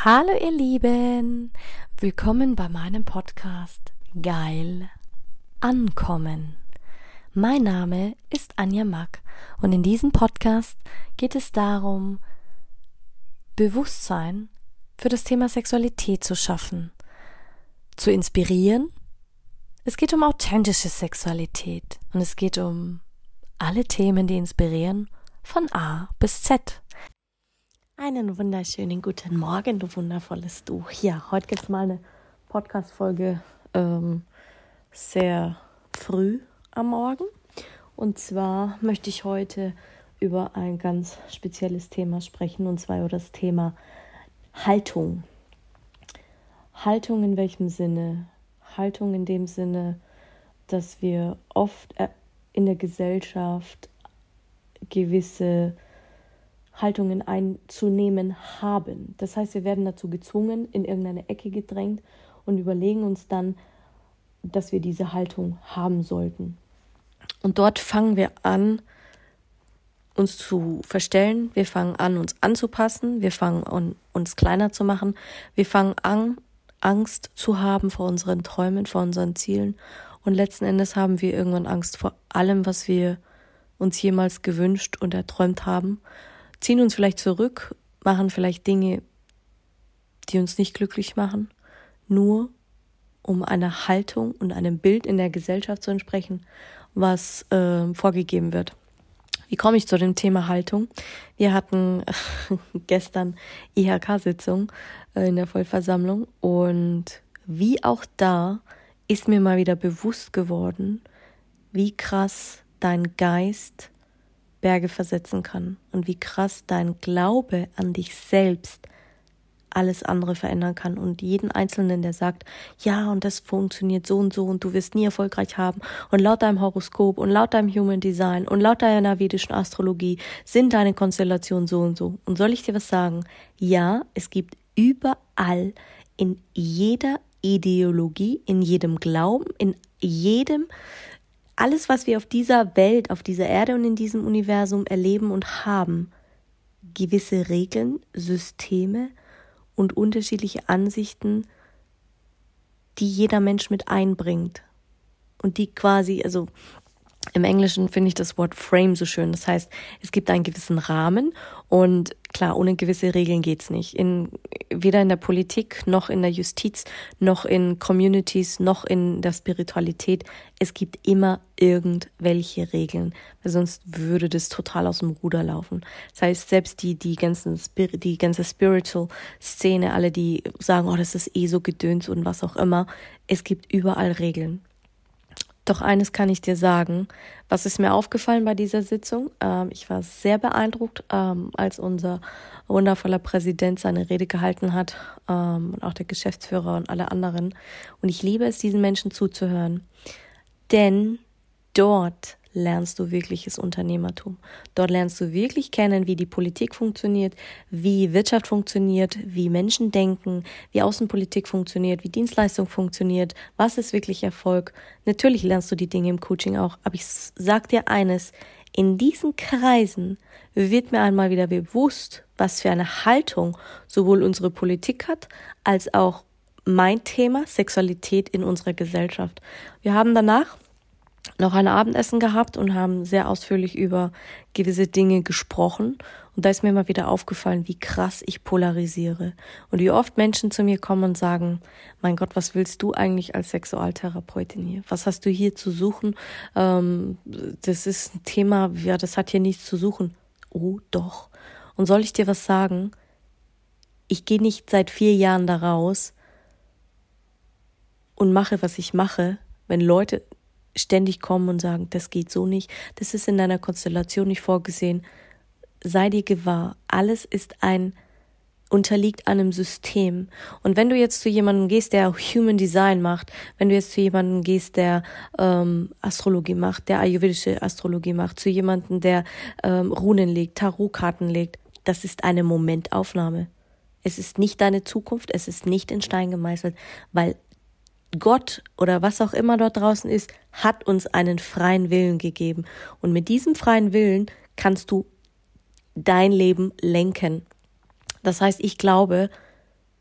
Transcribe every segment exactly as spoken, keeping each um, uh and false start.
Hallo ihr Lieben, willkommen bei meinem Podcast Geil Ankommen. Mein Name ist Anja Mack und in diesem Podcast geht es darum, Bewusstsein für das Thema Sexualität zu schaffen, zu inspirieren. Es geht um authentische Sexualität und es geht um alle Themen, die inspirieren, von A bis Z. Einen wunderschönen guten Morgen, du wundervolles Du. Ja, heute gibt es mal eine Podcast-Folge ähm, sehr früh am Morgen. Und zwar möchte ich heute über ein ganz spezielles Thema sprechen, und zwar über das Thema Haltung. Haltung in welchem Sinne? Haltung in dem Sinne, dass wir oft in der Gesellschaft gewisse Haltungen einzunehmen haben. Das heißt, wir werden dazu gezwungen, in irgendeine Ecke gedrängt und überlegen uns dann, dass wir diese Haltung haben sollten. Und dort fangen wir an, uns zu verstellen. Wir fangen an, uns anzupassen. Wir fangen an, uns kleiner zu machen. Wir fangen an, Angst zu haben vor unseren Träumen, vor unseren Zielen. Und letzten Endes haben wir irgendwann Angst vor allem, was wir uns jemals gewünscht und erträumt haben. Ziehen uns vielleicht zurück, machen vielleicht Dinge, die uns nicht glücklich machen, nur um einer Haltung und einem Bild in der Gesellschaft zu entsprechen, was äh, vorgegeben wird. Wie komme ich zu dem Thema Haltung? Wir hatten gestern I H K-Sitzung äh, in der Vollversammlung und wie auch da ist mir mal wieder bewusst geworden, wie krass dein Geist Berge versetzen kann und wie krass dein Glaube an dich selbst alles andere verändern kann und jeden Einzelnen, der sagt, ja und das funktioniert so und so und du wirst nie erfolgreich haben und laut deinem Horoskop und laut deinem Human Design und laut deiner vedischen Astrologie sind deine Konstellationen so und so. Und soll ich dir was sagen? Ja, es gibt überall in jeder Ideologie, in jedem Glauben, in jedem alles, was wir auf dieser Welt, auf dieser Erde und in diesem Universum erleben und haben, gewisse Regeln, Systeme und unterschiedliche Ansichten, die jeder Mensch mit einbringt. Und die quasi, also im Englischen finde ich das Wort Frame so schön. Das heißt, es gibt einen gewissen Rahmen und klar, ohne gewisse Regeln geht's nicht. In, weder in der Politik, noch in der Justiz, noch in Communities, noch in der Spiritualität. Es gibt immer irgendwelche Regeln, weil sonst würde das total aus dem Ruder laufen. Das heißt, selbst die, die ganzen, Spir- die ganze Spiritual-Szene, alle, die sagen, oh, das ist eh so Gedöns und was auch immer. Es gibt überall Regeln. Doch eines kann ich dir sagen, was ist mir aufgefallen bei dieser Sitzung? Ähm, ich war sehr beeindruckt, ähm, als unser wundervoller Präsident seine Rede gehalten hat, ähm, und auch der Geschäftsführer und alle anderen. Und ich liebe es, diesen Menschen zuzuhören, denn dort lernst du wirkliches Unternehmertum. Dort lernst du wirklich kennen, wie die Politik funktioniert, wie Wirtschaft funktioniert, wie Menschen denken, wie Außenpolitik funktioniert, wie Dienstleistung funktioniert, was ist wirklich Erfolg. Natürlich lernst du die Dinge im Coaching auch, aber ich sag dir eines, in diesen Kreisen wird mir einmal wieder bewusst, was für eine Haltung sowohl unsere Politik hat, als auch mein Thema Sexualität in unserer Gesellschaft. Wir haben danach noch ein Abendessen gehabt und haben sehr ausführlich über gewisse Dinge gesprochen. Und da ist mir mal wieder aufgefallen, wie krass ich polarisiere. Und wie oft Menschen zu mir kommen und sagen, mein Gott, was willst du eigentlich als Sexualtherapeutin hier? Was hast du hier zu suchen? Ähm, das ist ein Thema, ja, das hat hier nichts zu suchen. Oh, doch. Und soll ich dir was sagen? Ich gehe nicht seit vier Jahren da raus und mache, was ich mache, wenn Leute ständig kommen und sagen, das geht so nicht, das ist in deiner Konstellation nicht vorgesehen. Sei dir gewahr, alles ist ein, unterliegt einem System. Und wenn du jetzt zu jemandem gehst, der Human Design macht, wenn du jetzt zu jemandem gehst, der ähm, Astrologie macht, der ayurvedische Astrologie macht, zu jemandem, der ähm, Runen legt, Tarotkarten legt, das ist eine Momentaufnahme. Es ist nicht deine Zukunft, es ist nicht in Stein gemeißelt, weil Gott oder was auch immer dort draußen ist, hat uns einen freien Willen gegeben. Und mit diesem freien Willen kannst du dein Leben lenken. Das heißt, ich glaube,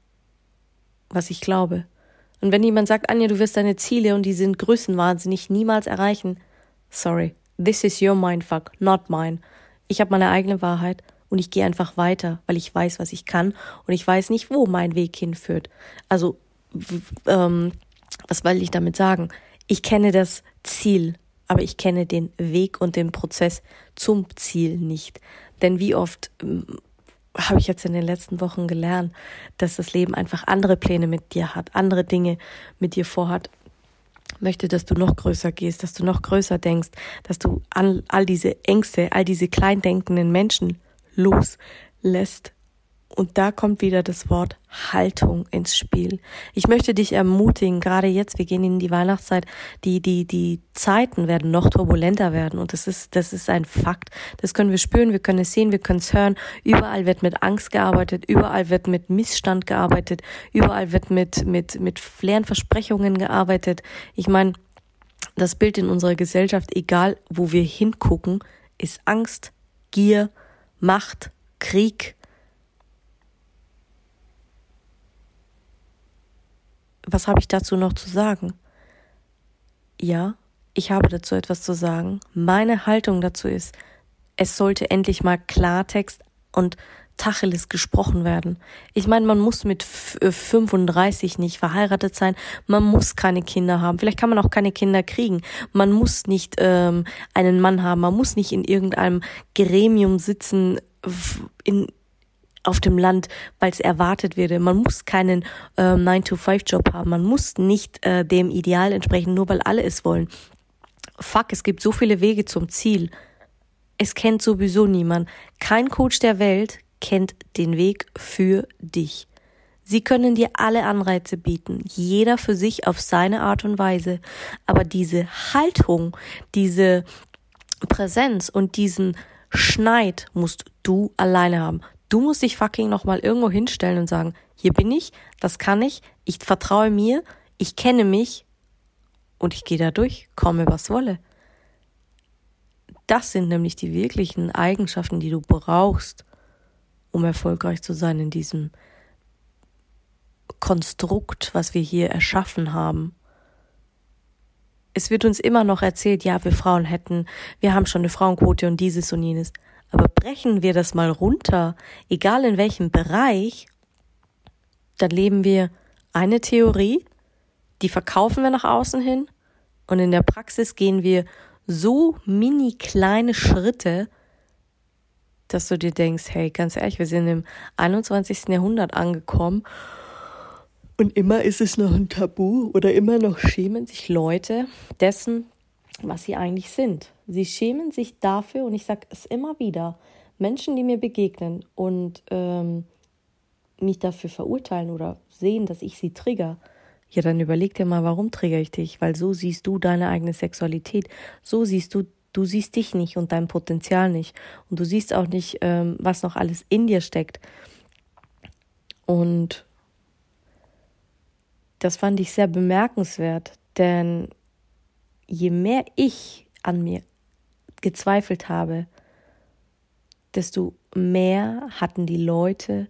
was ich glaube. Und wenn jemand sagt, Anja, du wirst deine Ziele und die sind größenwahnsinnig niemals erreichen, sorry, this is your mindfuck, not mine. Ich habe meine eigene Wahrheit und ich gehe einfach weiter, weil ich weiß, was ich kann und ich weiß nicht, wo mein Weg hinführt. Also, ähm, was will ich damit sagen? Ich kenne das Ziel, aber ich kenne den Weg und den Prozess zum Ziel nicht. Denn wie oft ähm, habe ich jetzt in den letzten Wochen gelernt, dass das Leben einfach andere Pläne mit dir hat, andere Dinge mit dir vorhat, möchte, dass du noch größer gehst, dass du noch größer denkst, dass du all, all diese Ängste, all diese kleindenkenden Menschen loslässt. Und da kommt wieder das Wort Haltung ins Spiel. Ich möchte dich ermutigen, gerade jetzt, wir gehen in die Weihnachtszeit, die, die, die Zeiten werden noch turbulenter werden und das ist, das ist ein Fakt. Das können wir spüren, wir können es sehen, wir können es hören. Überall wird mit Angst gearbeitet, überall wird mit Missstand gearbeitet, überall wird mit, mit, mit leeren Versprechungen gearbeitet. Ich meine, das Bild in unserer Gesellschaft, egal wo wir hingucken, ist Angst, Gier, Macht, Krieg. Was habe ich dazu noch zu sagen? Ja, ich habe dazu etwas zu sagen. Meine Haltung dazu ist, es sollte endlich mal Klartext und Tacheles gesprochen werden. Ich meine, man muss mit fünfunddreißig nicht verheiratet sein, man muss keine Kinder haben, vielleicht kann man auch keine Kinder kriegen, man muss nicht ähm, einen Mann haben, man muss nicht in irgendeinem Gremium sitzen, in auf dem Land, weil es erwartet wird. Man muss keinen äh, nine to five Job haben. Man muss nicht äh, dem Ideal entsprechen, nur weil alle es wollen. Fuck, es gibt so viele Wege zum Ziel. Es kennt sowieso niemand. Kein Coach der Welt kennt den Weg für dich. Sie können dir alle Anreize bieten, jeder für sich auf seine Art und Weise. Aber diese Haltung, diese Präsenz und diesen Schneid musst du alleine haben. Du musst dich fucking nochmal irgendwo hinstellen und sagen, hier bin ich, das kann ich, ich vertraue mir, ich kenne mich und ich gehe da durch, komme was wolle. Das sind nämlich die wirklichen Eigenschaften, die du brauchst, um erfolgreich zu sein in diesem Konstrukt, was wir hier erschaffen haben. Es wird uns immer noch erzählt, ja, wir Frauen hätten, wir haben schon eine Frauenquote und dieses und jenes. Aber brechen wir das mal runter, egal in welchem Bereich, dann leben wir eine Theorie, die verkaufen wir nach außen hin und in der Praxis gehen wir so mini kleine Schritte, dass du dir denkst, hey, ganz ehrlich, wir sind im einundzwanzigsten Jahrhundert angekommen und immer ist es noch ein Tabu oder immer noch schämen sich Leute dessen, was sie eigentlich sind. Sie schämen sich dafür, und ich sage es immer wieder, Menschen, die mir begegnen und ähm, mich dafür verurteilen oder sehen, dass ich sie trigger, ja, dann überleg dir mal, warum trigger ich dich? Weil so siehst du deine eigene Sexualität. So siehst du, du siehst dich nicht und dein Potenzial nicht. Und du siehst auch nicht, ähm, was noch alles in dir steckt. Und das fand ich sehr bemerkenswert, denn je mehr ich an mir gezweifelt habe, desto mehr hatten die Leute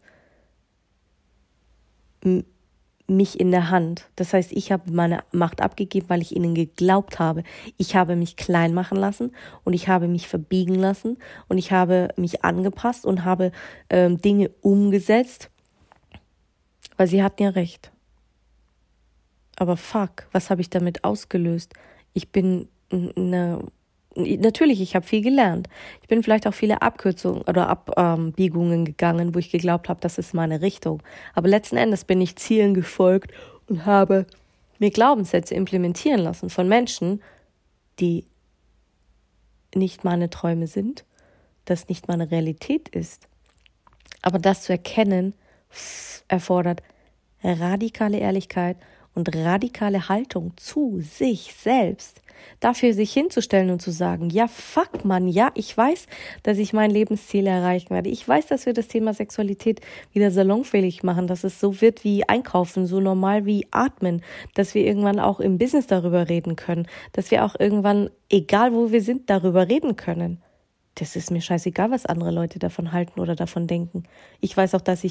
m- mich in der Hand. Das heißt, ich habe meine Macht abgegeben, weil ich ihnen geglaubt habe. Ich habe mich klein machen lassen und ich habe mich verbiegen lassen und ich habe mich angepasst und habe ähm, Dinge umgesetzt, weil sie hatten ja recht. Aber fuck, was habe ich damit ausgelöst? Ich bin eine, natürlich, ich habe viel gelernt. Ich bin vielleicht auch viele Abkürzungen oder Abbiegungen gegangen, wo ich geglaubt habe, das ist meine Richtung. Aber letzten Endes bin ich Zielen gefolgt und habe mir Glaubenssätze implementieren lassen von Menschen, die nicht meine Träume sind, das nicht meine Realität ist. Aber das zu erkennen, erfordert radikale Ehrlichkeit und radikale Haltung zu sich selbst. Dafür sich hinzustellen und zu sagen, ja fuck man, ja, ich weiß, dass ich mein Lebensziel erreichen werde. Ich weiß, dass wir das Thema Sexualität wieder salonfähig machen, dass es so wird wie Einkaufen, so normal wie Atmen, dass wir irgendwann auch im Business darüber reden können, dass wir auch irgendwann, egal wo wir sind, darüber reden können. Das ist mir scheißegal, was andere Leute davon halten oder davon denken. Ich weiß auch, dass ich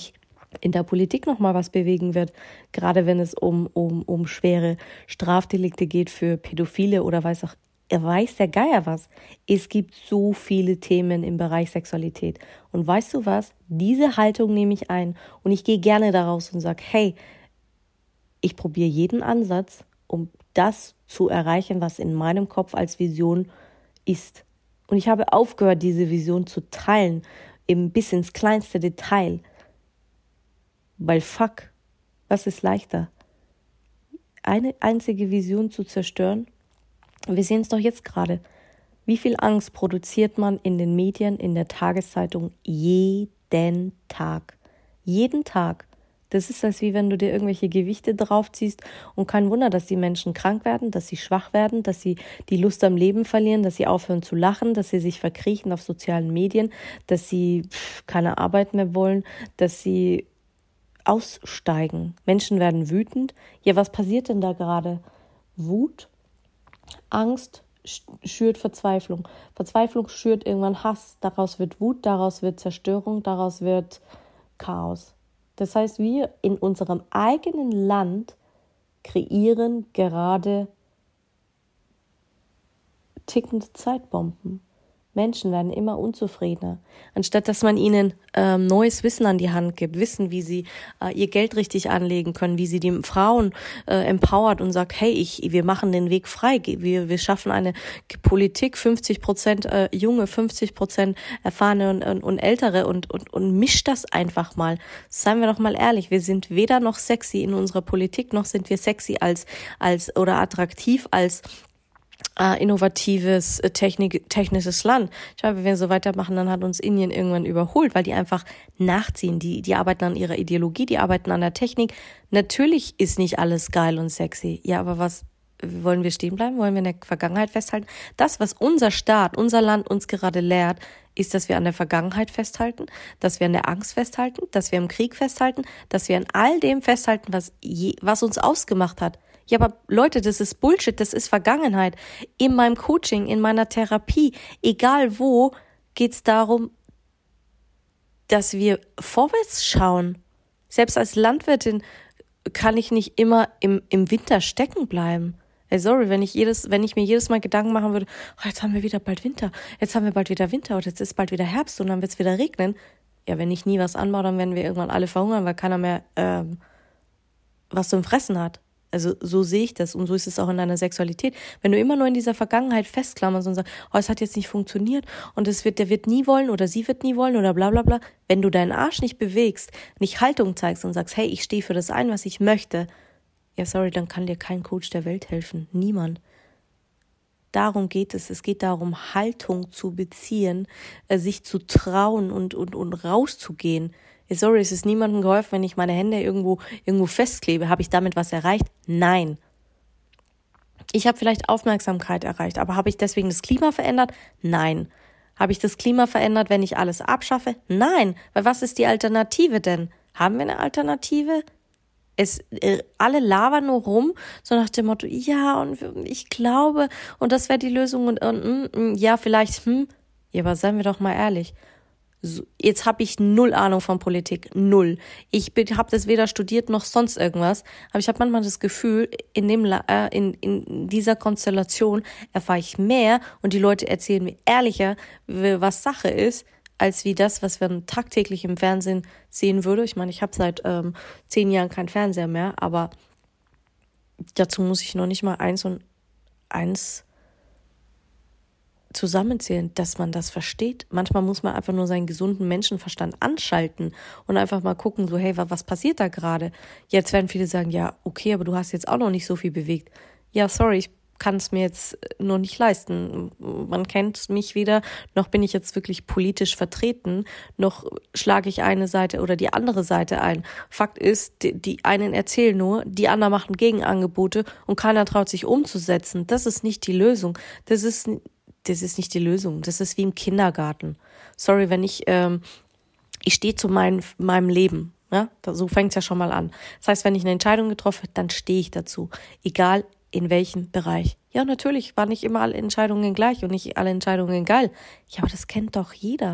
in der Politik nochmal was bewegen wird, gerade wenn es um, um, um schwere Strafdelikte geht für Pädophile oder weiß auch, er weiß der Geier was. Es gibt so viele Themen im Bereich Sexualität. Und weißt du was? Diese Haltung nehme ich ein und ich gehe gerne daraus und sage, hey, ich probiere jeden Ansatz, um das zu erreichen, was in meinem Kopf als Vision ist. Und ich habe aufgehört, diese Vision zu teilen, eben bis ins kleinste Detail. Weil fuck, was ist leichter? Eine einzige Vision zu zerstören? Wir sehen es doch jetzt gerade. Wie viel Angst produziert man in den Medien, in der Tageszeitung jeden Tag? Jeden Tag. Das ist, als wie wenn du dir irgendwelche Gewichte draufziehst und kein Wunder, dass die Menschen krank werden, dass sie schwach werden, dass sie die Lust am Leben verlieren, dass sie aufhören zu lachen, dass sie sich verkriechen auf sozialen Medien, dass sie pff, keine Arbeit mehr wollen, dass sie aussteigen. Menschen werden wütend. Ja, was passiert denn da gerade? Wut, Angst schürt Verzweiflung. Verzweiflung schürt irgendwann Hass. Daraus wird Wut, daraus wird Zerstörung, daraus wird Chaos. Das heißt, wir in unserem eigenen Land kreieren gerade tickende Zeitbomben. Menschen werden immer unzufriedener. Anstatt dass man ihnen ähm, neues Wissen an die Hand gibt, Wissen, wie sie äh, ihr Geld richtig anlegen können, wie sie die Frauen äh, empowert und sagt, hey, ich, wir machen den Weg frei, wir, wir schaffen eine Politik, fünfzig Prozent äh, junge, fünfzig Prozent erfahrene und, und, und ältere und, und, und mischt das einfach mal. Seien wir doch mal ehrlich, wir sind weder noch sexy in unserer Politik, noch sind wir sexy als, als oder attraktiv als Äh, innovatives, äh, Technik, technisches Land. Ich glaube, wenn wir so weitermachen, dann hat uns Indien irgendwann überholt, weil die einfach nachziehen. Die, die arbeiten an ihrer Ideologie, die arbeiten an der Technik. Natürlich ist nicht alles geil und sexy. Ja, aber was, wollen wir stehen bleiben? Wollen wir in der Vergangenheit festhalten? Das, was unser Staat, unser Land uns gerade lehrt, ist, dass wir an der Vergangenheit festhalten, dass wir an der Angst festhalten, dass wir im Krieg festhalten, dass wir an all dem festhalten, was, je, was uns ausgemacht hat. Ja, aber Leute, das ist Bullshit, das ist Vergangenheit. In meinem Coaching, in meiner Therapie, egal wo, geht's darum, dass wir vorwärts schauen. Selbst als Landwirtin kann ich nicht immer im, im Winter stecken bleiben. Hey, sorry, wenn ich jedes, wenn ich mir jedes Mal Gedanken machen würde, oh, jetzt haben wir wieder bald Winter, jetzt haben wir bald wieder Winter oder jetzt ist bald wieder Herbst und dann wird's wieder regnen. Ja, wenn ich nie was anbaue, dann werden wir irgendwann alle verhungern, weil keiner mehr ähm, was zum Fressen hat. Also so sehe ich das und so ist es auch in deiner Sexualität. Wenn du immer nur in dieser Vergangenheit festklammerst und sagst, oh, es hat jetzt nicht funktioniert und es wird, der wird nie wollen oder sie wird nie wollen oder bla bla bla. Wenn du deinen Arsch nicht bewegst, nicht Haltung zeigst und sagst, hey, ich stehe für das ein, was ich möchte, ja sorry, dann kann dir kein Coach der Welt helfen. Niemand. Darum geht es. Es geht darum, Haltung zu beziehen, sich zu trauen und, und, und rauszugehen. Sorry, es ist niemandem geholfen, wenn ich meine Hände irgendwo irgendwo festklebe. Habe ich damit was erreicht? Nein. Ich habe vielleicht Aufmerksamkeit erreicht, aber habe ich deswegen das Klima verändert? Nein. Habe ich das Klima verändert, wenn ich alles abschaffe? Nein. Weil was ist die Alternative denn? Haben wir eine Alternative? Es äh, alle labern nur rum, so nach dem Motto, ja, und ich glaube, und das wäre die Lösung und, und, und ja, vielleicht, hm. Ja, aber seien wir doch mal ehrlich. So, jetzt habe ich null Ahnung von Politik, null. Ich habe das weder studiert noch sonst irgendwas, aber ich habe manchmal das Gefühl, in dem äh, in in dieser Konstellation erfahre ich mehr und die Leute erzählen mir ehrlicher, was Sache ist, als wie das, was man tagtäglich im Fernsehen sehen würde. Ich meine, ich habe seit ähm, zehn Jahren keinen Fernseher mehr, aber dazu muss ich noch nicht mal eins und eins zusammenzählen, dass man das versteht. Manchmal muss man einfach nur seinen gesunden Menschenverstand anschalten und einfach mal gucken, so hey, was passiert da gerade? Jetzt werden viele sagen, ja, okay, aber du hast jetzt auch noch nicht so viel bewegt. Ja, sorry, ich kann es mir jetzt nur nicht leisten. Man kennt mich weder, noch bin ich jetzt wirklich politisch vertreten, noch schlage ich eine Seite oder die andere Seite ein. Fakt ist, die, die einen erzählen nur, die anderen machen Gegenangebote und keiner traut sich umzusetzen. Das ist nicht die Lösung. Das ist Das ist nicht die Lösung. Das ist wie im Kindergarten. Sorry, wenn ich, ähm, ich stehe zu mein, meinem Leben. Ja? So fängt es ja schon mal an. Das heißt, wenn ich eine Entscheidung getroffen habe, dann stehe ich dazu. Egal in welchem Bereich. Ja, natürlich waren nicht immer alle Entscheidungen gleich und nicht alle Entscheidungen geil. Ja, aber das kennt doch jeder.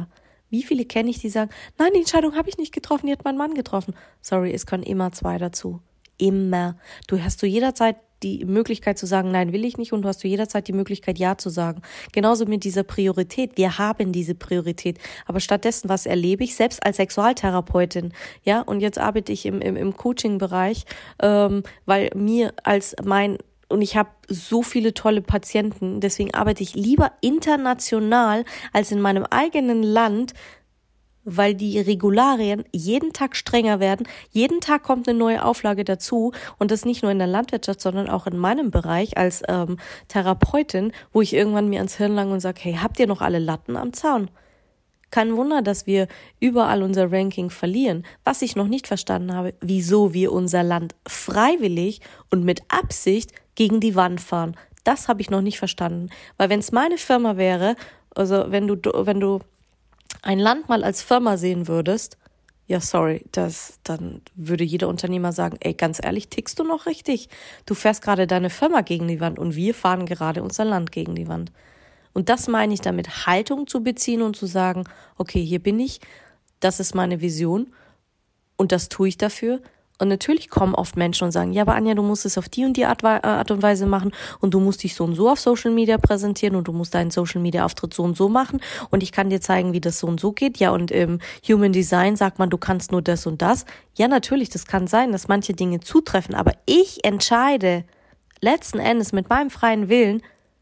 Wie viele kenne ich, die sagen, nein, die Entscheidung habe ich nicht getroffen, die hat mein Mann getroffen. Sorry, es können immer zwei dazu. Immer. Du hast du jederzeit die Möglichkeit zu sagen, nein, will ich nicht, und du hast du jederzeit die Möglichkeit, ja zu sagen. Genauso mit dieser Priorität. Wir haben diese Priorität. Aber stattdessen, was erlebe ich? Selbst als Sexualtherapeutin, ja, und jetzt arbeite ich im, im, im Coaching-Bereich, ähm, weil mir als mein Und ich habe so viele tolle Patienten, deswegen arbeite ich lieber international als in meinem eigenen Land, weil die Regularien jeden Tag strenger werden. Jeden Tag kommt eine neue Auflage dazu, und das nicht nur in der Landwirtschaft, sondern auch in meinem Bereich als ähm, Therapeutin, wo ich irgendwann mir ans Hirn lange und sage, hey, habt ihr noch alle Latten am Zaun? Kein Wunder, dass wir überall unser Ranking verlieren. Was ich noch nicht verstanden habe, wieso wir unser Land freiwillig und mit Absicht gegen die Wand fahren. Das habe ich noch nicht verstanden. Weil wenn es meine Firma wäre, also wenn du, wenn du ein Land mal als Firma sehen würdest, ja sorry, das, dann würde jeder Unternehmer sagen, ey, ganz ehrlich, tickst du noch richtig? Du fährst gerade deine Firma gegen die Wand und wir fahren gerade unser Land gegen die Wand. Und das meine ich damit, Haltung zu beziehen und zu sagen, okay, hier bin ich, das ist meine Vision und das tue ich dafür. Und natürlich kommen oft Menschen und sagen, ja, aber Anja, du musst es auf die und die Art, Art und Weise machen und du musst dich so und so auf Social Media präsentieren und du musst deinen Social Media Auftritt so und so machen und ich kann dir zeigen, wie das so und so geht. Ja, und im Human Design sagt man, du kannst nur das und das. Ja, natürlich, das kann sein, dass manche Dinge zutreffen, aber ich entscheide letzten Endes mit meinem freien Willen,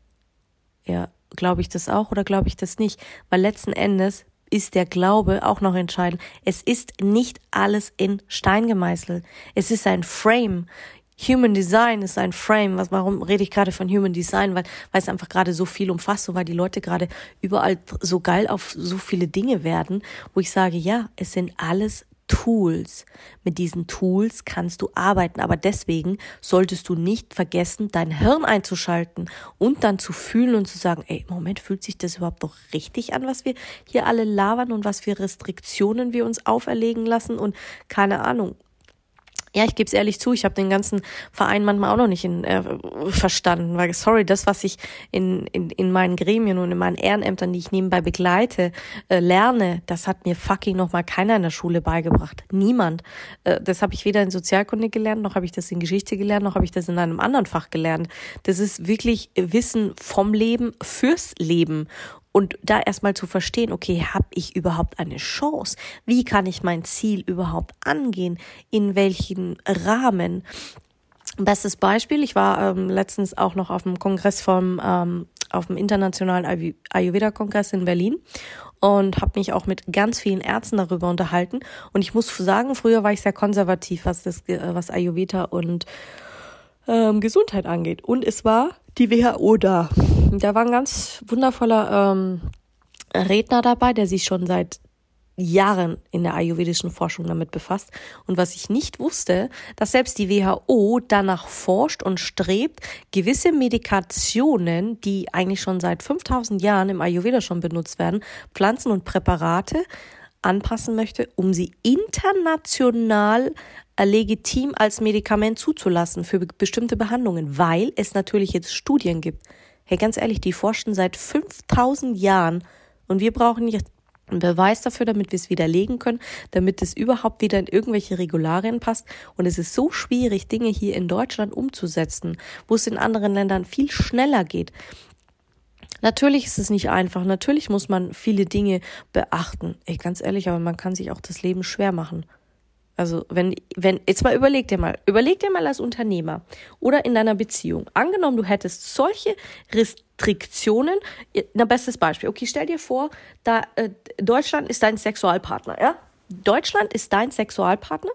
ja, glaube ich das auch oder glaube ich das nicht, weil letzten Endes ist der Glaube auch noch entscheidend. Es ist nicht alles in Stein gemeißelt. Es ist ein Frame. Human Design ist ein Frame. Was, warum rede ich gerade von Human Design? Weil, weil es einfach gerade so viel umfasst und weil die Leute gerade überall so geil auf so viele Dinge werden, wo ich sage, ja, es sind alles Tools. Mit diesen Tools kannst du arbeiten, aber deswegen solltest du nicht vergessen, dein Hirn einzuschalten und dann zu fühlen und zu sagen, ey, Moment, fühlt sich das überhaupt noch richtig an, was wir hier alle labern und was für Restriktionen wir uns auferlegen lassen und keine Ahnung. Ja, ich gebe es ehrlich zu, ich habe den ganzen Verein manchmal auch noch nicht in, äh, verstanden, weil, sorry, das, was ich in, in, in meinen Gremien und in meinen Ehrenämtern, die ich nebenbei begleite, äh, lerne, das hat mir fucking nochmal keiner in der Schule beigebracht. Niemand. Äh, das habe ich weder in Sozialkunde gelernt, noch habe ich das in Geschichte gelernt, noch habe ich das in einem anderen Fach gelernt. Das ist wirklich Wissen vom Leben fürs Leben. Und da erstmal zu verstehen, okay, habe ich überhaupt eine Chance? Wie kann ich mein Ziel überhaupt angehen? In welchen Rahmen? Bestes Beispiel, ich war ähm, letztens auch noch auf dem Kongress vom, ähm, auf dem internationalen Ay- Ayurveda-Kongress in Berlin und habe mich auch mit ganz vielen Ärzten darüber unterhalten. Und ich muss sagen, früher war ich sehr konservativ, was das, was Ayurveda und ähm, Gesundheit angeht. Und es war die W H O da. Da war ein ganz wundervoller ähm, Redner dabei, der sich schon seit Jahren in der ayurvedischen Forschung damit befasst. Und was ich nicht wusste, dass selbst die W H O danach forscht und strebt, gewisse Medikationen, die eigentlich schon seit fünftausend Jahren im Ayurveda schon benutzt werden, Pflanzen und Präparate anpassen möchte, um sie international legitim als Medikament zuzulassen für bestimmte Behandlungen, weil es natürlich jetzt Studien gibt. Hey, ganz ehrlich, die forschen seit fünftausend Jahren und wir brauchen jetzt einen Beweis dafür, damit wir es widerlegen können, damit es überhaupt wieder in irgendwelche Regularien passt. Und es ist so schwierig, Dinge hier in Deutschland umzusetzen, wo es in anderen Ländern viel schneller geht. Natürlich ist es nicht einfach, natürlich muss man viele Dinge beachten. Ey, ganz ehrlich, aber man kann sich auch das Leben schwer machen. Also wenn, wenn, jetzt mal überleg dir mal, überleg dir mal als Unternehmer oder in deiner Beziehung, angenommen du hättest solche Restriktionen, na bestes Beispiel, okay, stell dir vor, da äh, Deutschland ist dein Sexualpartner, ja? Deutschland ist dein Sexualpartner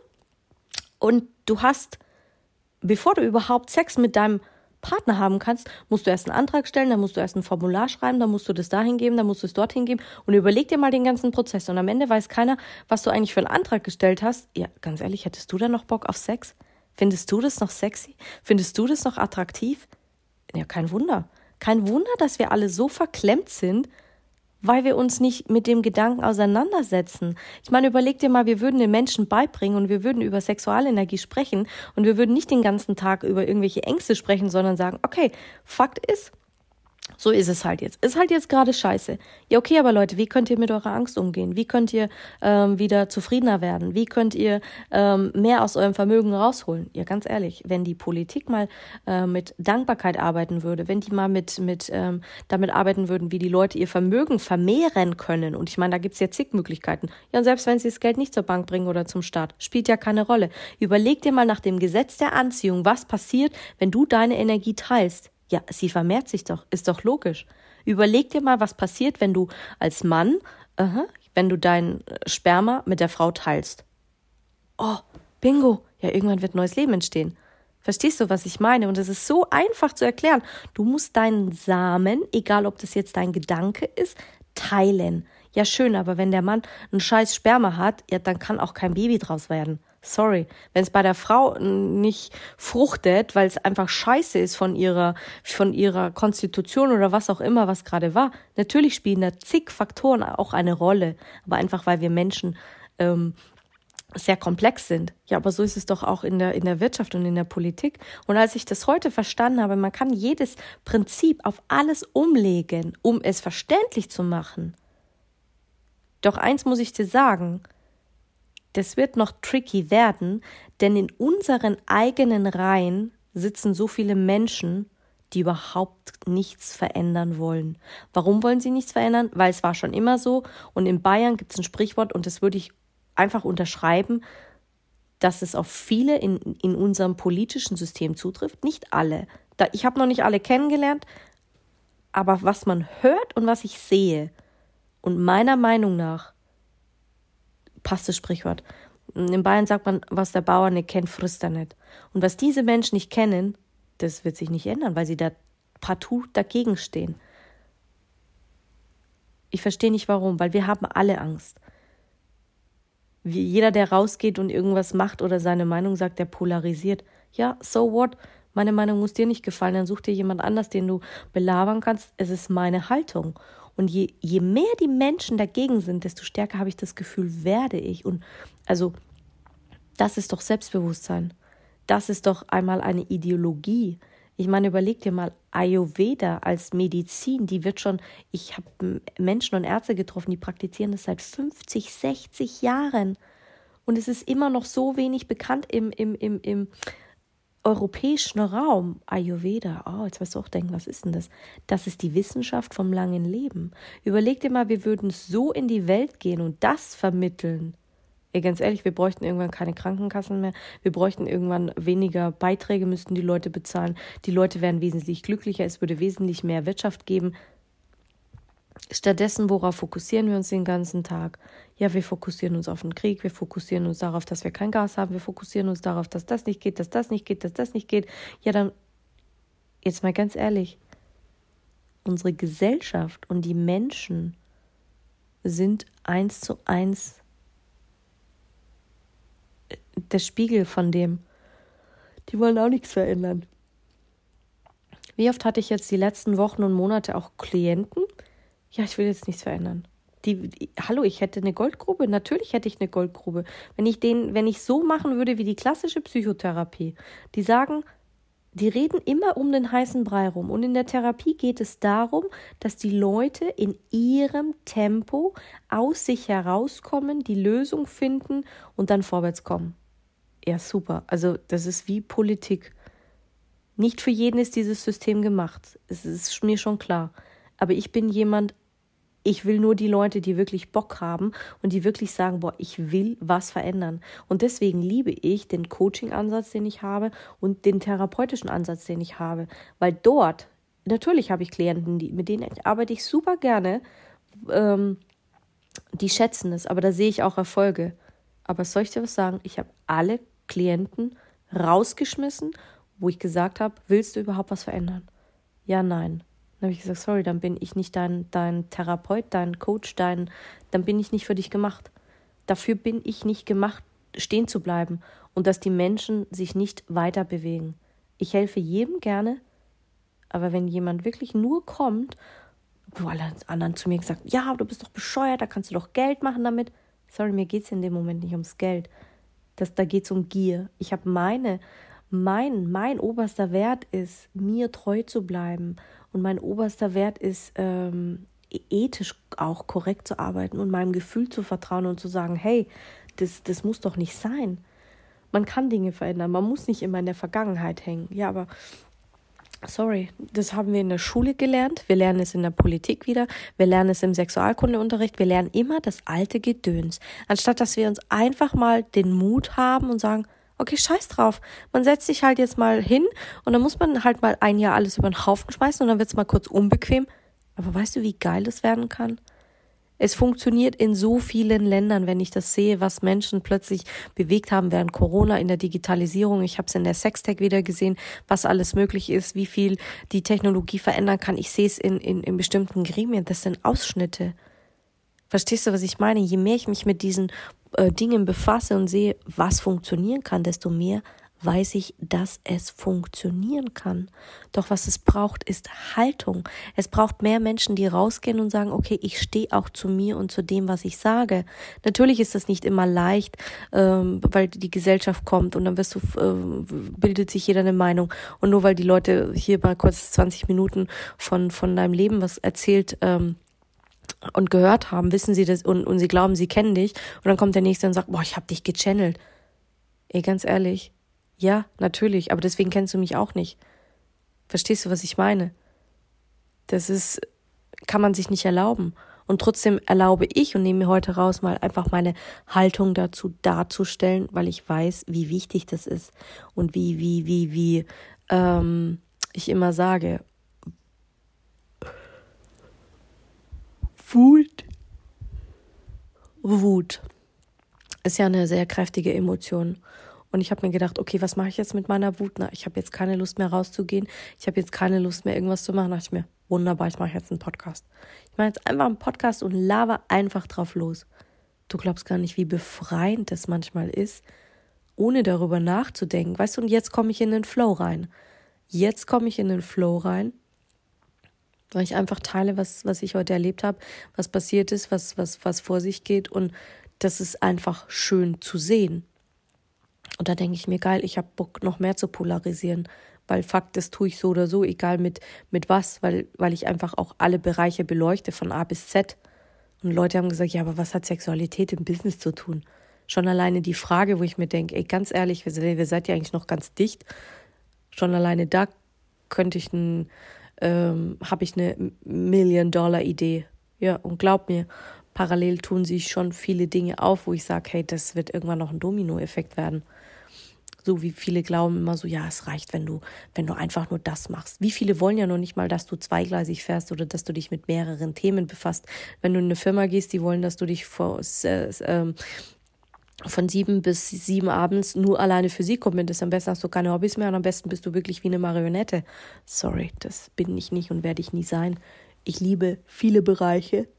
und du hast, bevor du überhaupt Sex mit deinem Partner haben kannst, musst du erst einen Antrag stellen, dann musst du erst ein Formular schreiben, dann musst du das dahin geben, dann musst du es dorthin geben und überleg dir mal den ganzen Prozess und am Ende weiß keiner, was du eigentlich für einen Antrag gestellt hast. Ja, ganz ehrlich, hättest du da noch Bock auf Sex? Findest du das noch sexy? Findest du das noch attraktiv? Ja, kein Wunder. Kein Wunder, dass wir alle so verklemmt sind, weil wir uns nicht mit dem Gedanken auseinandersetzen. Ich meine, überleg dir mal, wir würden den Menschen beibringen und wir würden über Sexualenergie sprechen und wir würden nicht den ganzen Tag über irgendwelche Ängste sprechen, sondern sagen, okay, Fakt ist, So ist es halt jetzt. Ist halt jetzt gerade scheiße. Ja, okay, aber Leute, wie könnt ihr mit eurer Angst umgehen? Wie könnt ihr ähm, wieder zufriedener werden? Wie könnt ihr ähm, mehr aus eurem Vermögen rausholen? Ja, ganz ehrlich, wenn die Politik mal äh, mit Dankbarkeit arbeiten würde, wenn die mal mit, mit ähm, damit arbeiten würden, wie die Leute ihr Vermögen vermehren können, und ich meine, da gibt's ja zig Möglichkeiten. Ja, und selbst wenn sie das Geld nicht zur Bank bringen oder zum Staat, spielt ja keine Rolle. Überleg dir mal nach dem Gesetz der Anziehung, was passiert, wenn du deine Energie teilst. Ja, sie vermehrt sich doch, ist doch logisch. Überleg dir mal, was passiert, wenn du als Mann, aha, wenn du dein Sperma mit der Frau teilst. Oh, bingo, ja, irgendwann wird neues Leben entstehen. Verstehst du, was ich meine? Und es ist so einfach zu erklären. Du musst deinen Samen, egal ob das jetzt dein Gedanke ist, teilen. Ja, schön, aber wenn der Mann ein scheiß Sperma hat, ja, dann kann auch kein Baby draus werden. Sorry, wenn es bei der Frau nicht fruchtet, weil es einfach scheiße ist von ihrer, von ihrer Konstitution oder was auch immer, was gerade war. Natürlich spielen da zig Faktoren auch eine Rolle, aber einfach, weil wir Menschen ähm, sehr komplex sind. Ja, aber so ist es doch auch in der, in der Wirtschaft und in der Politik. Und als ich das heute verstanden habe, man kann jedes Prinzip auf alles umlegen, um es verständlich zu machen. Doch eins muss ich dir sagen, das wird noch tricky werden, denn in unseren eigenen Reihen sitzen so viele Menschen, die überhaupt nichts verändern wollen. Warum wollen sie nichts verändern? Weil es war schon immer so, und in Bayern gibt es ein Sprichwort, und das würde ich einfach unterschreiben, dass es auf viele in, in unserem politischen System zutrifft. Nicht alle. Da, ich habe noch nicht alle kennengelernt, aber was man hört und was ich sehe, und meiner Meinung nach passt das Sprichwort. In Bayern sagt man, was der Bauer nicht kennt, frisst er nicht. Und was diese Menschen nicht kennen, das wird sich nicht ändern, weil sie da partout dagegen stehen. Ich verstehe nicht warum, weil wir haben alle Angst. Wie jeder, der rausgeht und irgendwas macht oder seine Meinung sagt, der polarisiert. Ja, so what? Meine Meinung muss dir nicht gefallen, dann such dir jemand anders, den du belabern kannst. Es ist meine Haltung. Und je, je mehr die Menschen dagegen sind, desto stärker habe ich das Gefühl, werde ich. Und also, das ist doch Selbstbewusstsein. Das ist doch einmal eine Ideologie. Ich meine, überleg dir mal, Ayurveda als Medizin, die wird schon, ich habe Menschen und Ärzte getroffen, die praktizieren das seit fünfzig, sechzig Jahren. Und es ist immer noch so wenig bekannt im, im, im, im europäischen Raum. Ayurveda, oh, jetzt wirst du auch denken, was ist denn das? Das ist die Wissenschaft vom langen Leben. Überleg dir mal, wir würden so in die Welt gehen und das vermitteln. Ey, ganz ehrlich, wir bräuchten irgendwann keine Krankenkassen mehr. Wir bräuchten irgendwann weniger Beiträge, müssten die Leute bezahlen. Die Leute wären wesentlich glücklicher. Es würde wesentlich mehr Wirtschaft geben. Stattdessen, worauf fokussieren wir uns den ganzen Tag? Ja, wir fokussieren uns auf den Krieg, wir fokussieren uns darauf, dass wir kein Gas haben, wir fokussieren uns darauf, dass das nicht geht, dass das nicht geht, dass das nicht geht. Ja, dann, jetzt mal ganz ehrlich, unsere Gesellschaft und die Menschen sind eins zu eins der Spiegel von dem. Die wollen auch nichts verändern. Wie oft hatte ich jetzt die letzten Wochen und Monate auch Klienten? Ja, ich will jetzt nichts verändern. Die, die, hallo, ich hätte eine Goldgrube. Natürlich hätte ich eine Goldgrube. Wenn ich den, wenn ich so machen würde wie die klassische Psychotherapie, die sagen, die reden immer um den heißen Brei rum. Und in der Therapie geht es darum, dass die Leute in ihrem Tempo aus sich herauskommen, die Lösung finden und dann vorwärts kommen. Ja, super. Also das ist wie Politik. Nicht für jeden ist dieses System gemacht. Es ist mir schon klar. Aber ich bin jemand, ich will nur die Leute, die wirklich Bock haben und die wirklich sagen, boah, ich will was verändern. Und deswegen liebe ich den Coaching-Ansatz, den ich habe, und den therapeutischen Ansatz, den ich habe. Weil dort, natürlich habe ich Klienten, die, mit denen arbeite ich super gerne, ähm, die schätzen es, aber da sehe ich auch Erfolge. Aber soll ich dir was sagen? Ich habe alle Klienten rausgeschmissen, wo ich gesagt habe, willst du überhaupt was verändern? Ja, nein. Dann habe ich gesagt, sorry, dann bin ich nicht dein, dein Therapeut, dein Coach, dein, dann bin ich nicht für dich gemacht. Dafür bin ich nicht gemacht, stehen zu bleiben und dass die Menschen sich nicht weiter bewegen. Ich helfe jedem gerne, aber wenn jemand wirklich nur kommt, wo alle anderen zu mir gesagt, ja, du bist doch bescheuert, da kannst du doch Geld machen damit. Sorry, mir geht es in dem Moment nicht ums Geld. Das, da geht es um Gier. Ich habe meine, mein, mein oberster Wert ist, mir treu zu bleiben und mein oberster Wert ist, ähm, ethisch auch korrekt zu arbeiten und meinem Gefühl zu vertrauen und zu sagen, hey, das, das muss doch nicht sein. Man kann Dinge verändern, man muss nicht immer in der Vergangenheit hängen. Ja, aber sorry, das haben wir in der Schule gelernt, wir lernen es in der Politik wieder, wir lernen es im Sexualkundeunterricht, wir lernen immer das alte Gedöns, anstatt dass wir uns einfach mal den Mut haben und sagen, okay, scheiß drauf, man setzt sich halt jetzt mal hin und dann muss man halt mal ein Jahr alles über den Haufen schmeißen und dann wird es mal kurz unbequem. Aber weißt du, wie geil das werden kann? Es funktioniert in so vielen Ländern, wenn ich das sehe, was Menschen plötzlich bewegt haben während Corona in der Digitalisierung. Ich habe es in der Sextech wieder gesehen, was alles möglich ist, wie viel die Technologie verändern kann. Ich sehe es in, in, in bestimmten Gremien. Das sind Ausschnitte. Verstehst du, was ich meine? Je mehr ich mich mit diesen äh, Dingen befasse und sehe, was funktionieren kann, desto mehr weiß ich, dass es funktionieren kann. Doch was es braucht, ist Haltung. Es braucht mehr Menschen, die rausgehen und sagen, okay, ich stehe auch zu mir und zu dem, was ich sage. Natürlich ist das nicht immer leicht, ähm, weil die Gesellschaft kommt und dann wirst du, äh, bildet sich jeder eine Meinung. Und nur weil die Leute hier mal kurz zwanzig Minuten von, von deinem Leben was erzählt, ähm, und gehört haben, wissen sie das und, und sie glauben, sie kennen dich. Und dann kommt der Nächste und sagt, boah, ich habe dich gechannelt. Ey, ganz ehrlich, ja, natürlich, aber deswegen kennst du mich auch nicht. Verstehst du, was ich meine? Das ist, kann man sich nicht erlauben. Und trotzdem erlaube ich und nehme mir heute raus, mal einfach meine Haltung dazu darzustellen, weil ich weiß, wie wichtig das ist. Und wie, wie, wie, wie ähm, ich immer sage, Wut. Wut ist ja eine sehr kräftige Emotion. Und ich habe mir gedacht, okay, was mache ich jetzt mit meiner Wut? Na, ich habe jetzt keine Lust mehr rauszugehen. Ich habe jetzt keine Lust mehr, irgendwas zu machen. Da dachte ich mir, wunderbar, ich mache jetzt einen Podcast. Ich mache jetzt einfach einen Podcast und laber einfach drauf los. Du glaubst gar nicht, wie befreiend das manchmal ist, ohne darüber nachzudenken. Weißt du, und jetzt komme ich in den Flow rein. Jetzt komme ich in den Flow rein, weil ich einfach teile, was, was ich heute erlebt habe, was passiert ist, was, was, was vor sich geht. Und das ist einfach schön zu sehen. Und da denke ich mir, geil, ich habe Bock, noch mehr zu polarisieren. Weil Fakt, das tue ich so oder so, egal mit, mit was, weil, weil ich einfach auch alle Bereiche beleuchte, von A bis Z. Und Leute haben gesagt, ja, aber was hat Sexualität im Business zu tun? Schon alleine die Frage, wo ich mir denke, ey, ganz ehrlich, wir, wir seid ja eigentlich noch ganz dicht. Schon alleine da könnte ich ein... Ähm, habe ich eine Million-Dollar-Idee. Ja, und glaub mir, parallel tun sich schon viele Dinge auf, wo ich sage, hey, das wird irgendwann noch ein Dominoeffekt werden. So wie viele glauben immer so, ja, es reicht, wenn du, wenn du einfach nur das machst. Wie viele wollen ja noch nicht mal, dass du zweigleisig fährst oder dass du dich mit mehreren Themen befasst. Wenn du in eine Firma gehst, die wollen, dass du dich vor... Äh, äh, von sieben bis sieben abends nur alleine für sie committest. Am besten hast du keine Hobbys mehr und am besten bist du wirklich wie eine Marionette. Sorry, das bin ich nicht und werde ich nie sein. Ich liebe viele Bereiche.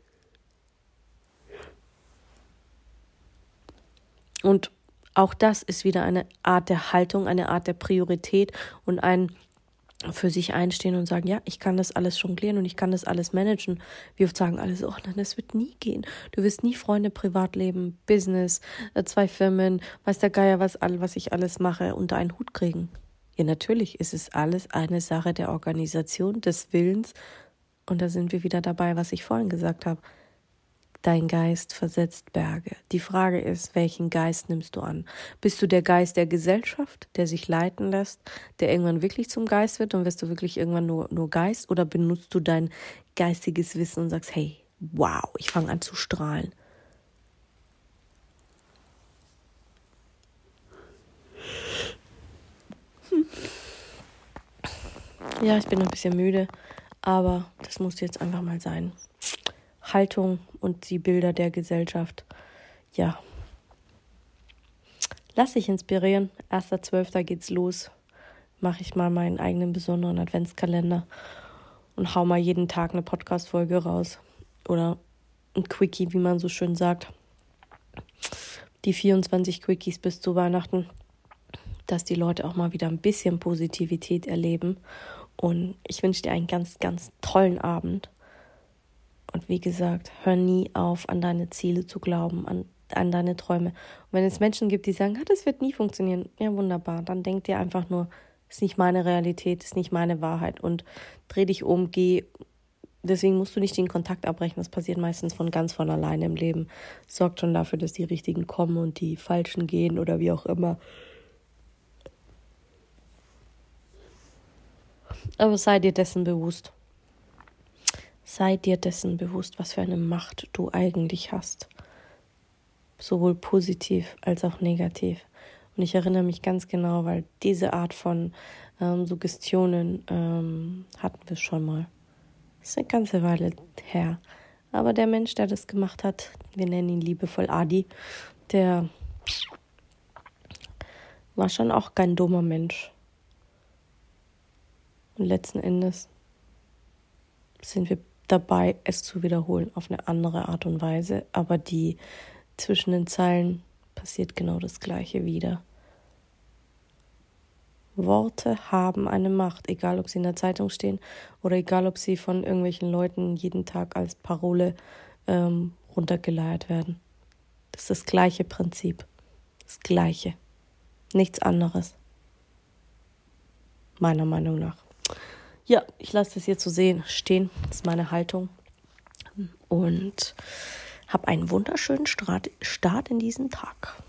Und auch das ist wieder eine Art der Haltung, eine Art der Priorität und ein für sich einstehen und sagen, ja, ich kann das alles jonglieren und ich kann das alles managen. Wie oft sagen alle so, oh nein, das wird nie gehen. Du wirst nie Freunde, Privatleben, Business, zwei Firmen, weiß der Geier, was, was ich alles mache, unter einen Hut kriegen. Ja, natürlich ist es alles eine Sache der Organisation, des Willens. Und da sind wir wieder dabei, was ich vorhin gesagt habe. Dein Geist versetzt Berge. Die Frage ist, welchen Geist nimmst du an? Bist du der Geist der Gesellschaft, der sich leiten lässt, der irgendwann wirklich zum Geist wird und wirst du wirklich irgendwann nur, nur Geist? Oder benutzt du dein geistiges Wissen und sagst, hey, wow, ich fange an zu strahlen. Hm. Ja, ich bin ein bisschen müde, aber das muss jetzt einfach mal sein. Haltung und die Bilder der Gesellschaft. Ja. Lass dich inspirieren. erster zwölfter geht's los. Mache ich mal meinen eigenen besonderen Adventskalender und hau mal jeden Tag eine Podcast-Folge raus. Oder ein Quickie, wie man so schön sagt. Die vierundzwanzig Quickies bis zu Weihnachten. Dass die Leute auch mal wieder ein bisschen Positivität erleben. Und ich wünsche dir einen ganz, ganz tollen Abend. Und wie gesagt, hör nie auf, an deine Ziele zu glauben, an, an deine Träume. Und wenn es Menschen gibt, die sagen, ah, das wird nie funktionieren, ja wunderbar, dann denk dir einfach nur, ist nicht meine Realität, ist nicht meine Wahrheit und dreh dich um, geh. Deswegen musst du nicht den Kontakt abbrechen, das passiert meistens von ganz von alleine im Leben. Sorgt schon dafür, dass die Richtigen kommen und die Falschen gehen oder wie auch immer. Aber sei dir dessen bewusst. Sei dir dessen bewusst, was für eine Macht du eigentlich hast. Sowohl positiv als auch negativ. Und ich erinnere mich ganz genau, weil diese Art von ähm, Suggestionen ähm, hatten wir schon mal. Das ist eine ganze Weile her. Aber der Mensch, der das gemacht hat, wir nennen ihn liebevoll Adi, der war schon auch kein dummer Mensch. Und letzten Endes sind wir dabei, es zu wiederholen auf eine andere Art und Weise. Aber die zwischen den Zeilen passiert genau das Gleiche wieder. Worte haben eine Macht, egal ob sie in der Zeitung stehen oder egal ob sie von irgendwelchen Leuten jeden Tag als Parole ähm, runtergeleiert werden. Das ist das gleiche Prinzip. Das gleiche. Nichts anderes. Meiner Meinung nach. Ja, ich lasse das hier zu sehen stehen. Das ist meine Haltung. Und habe einen wunderschönen Start in diesen Tag.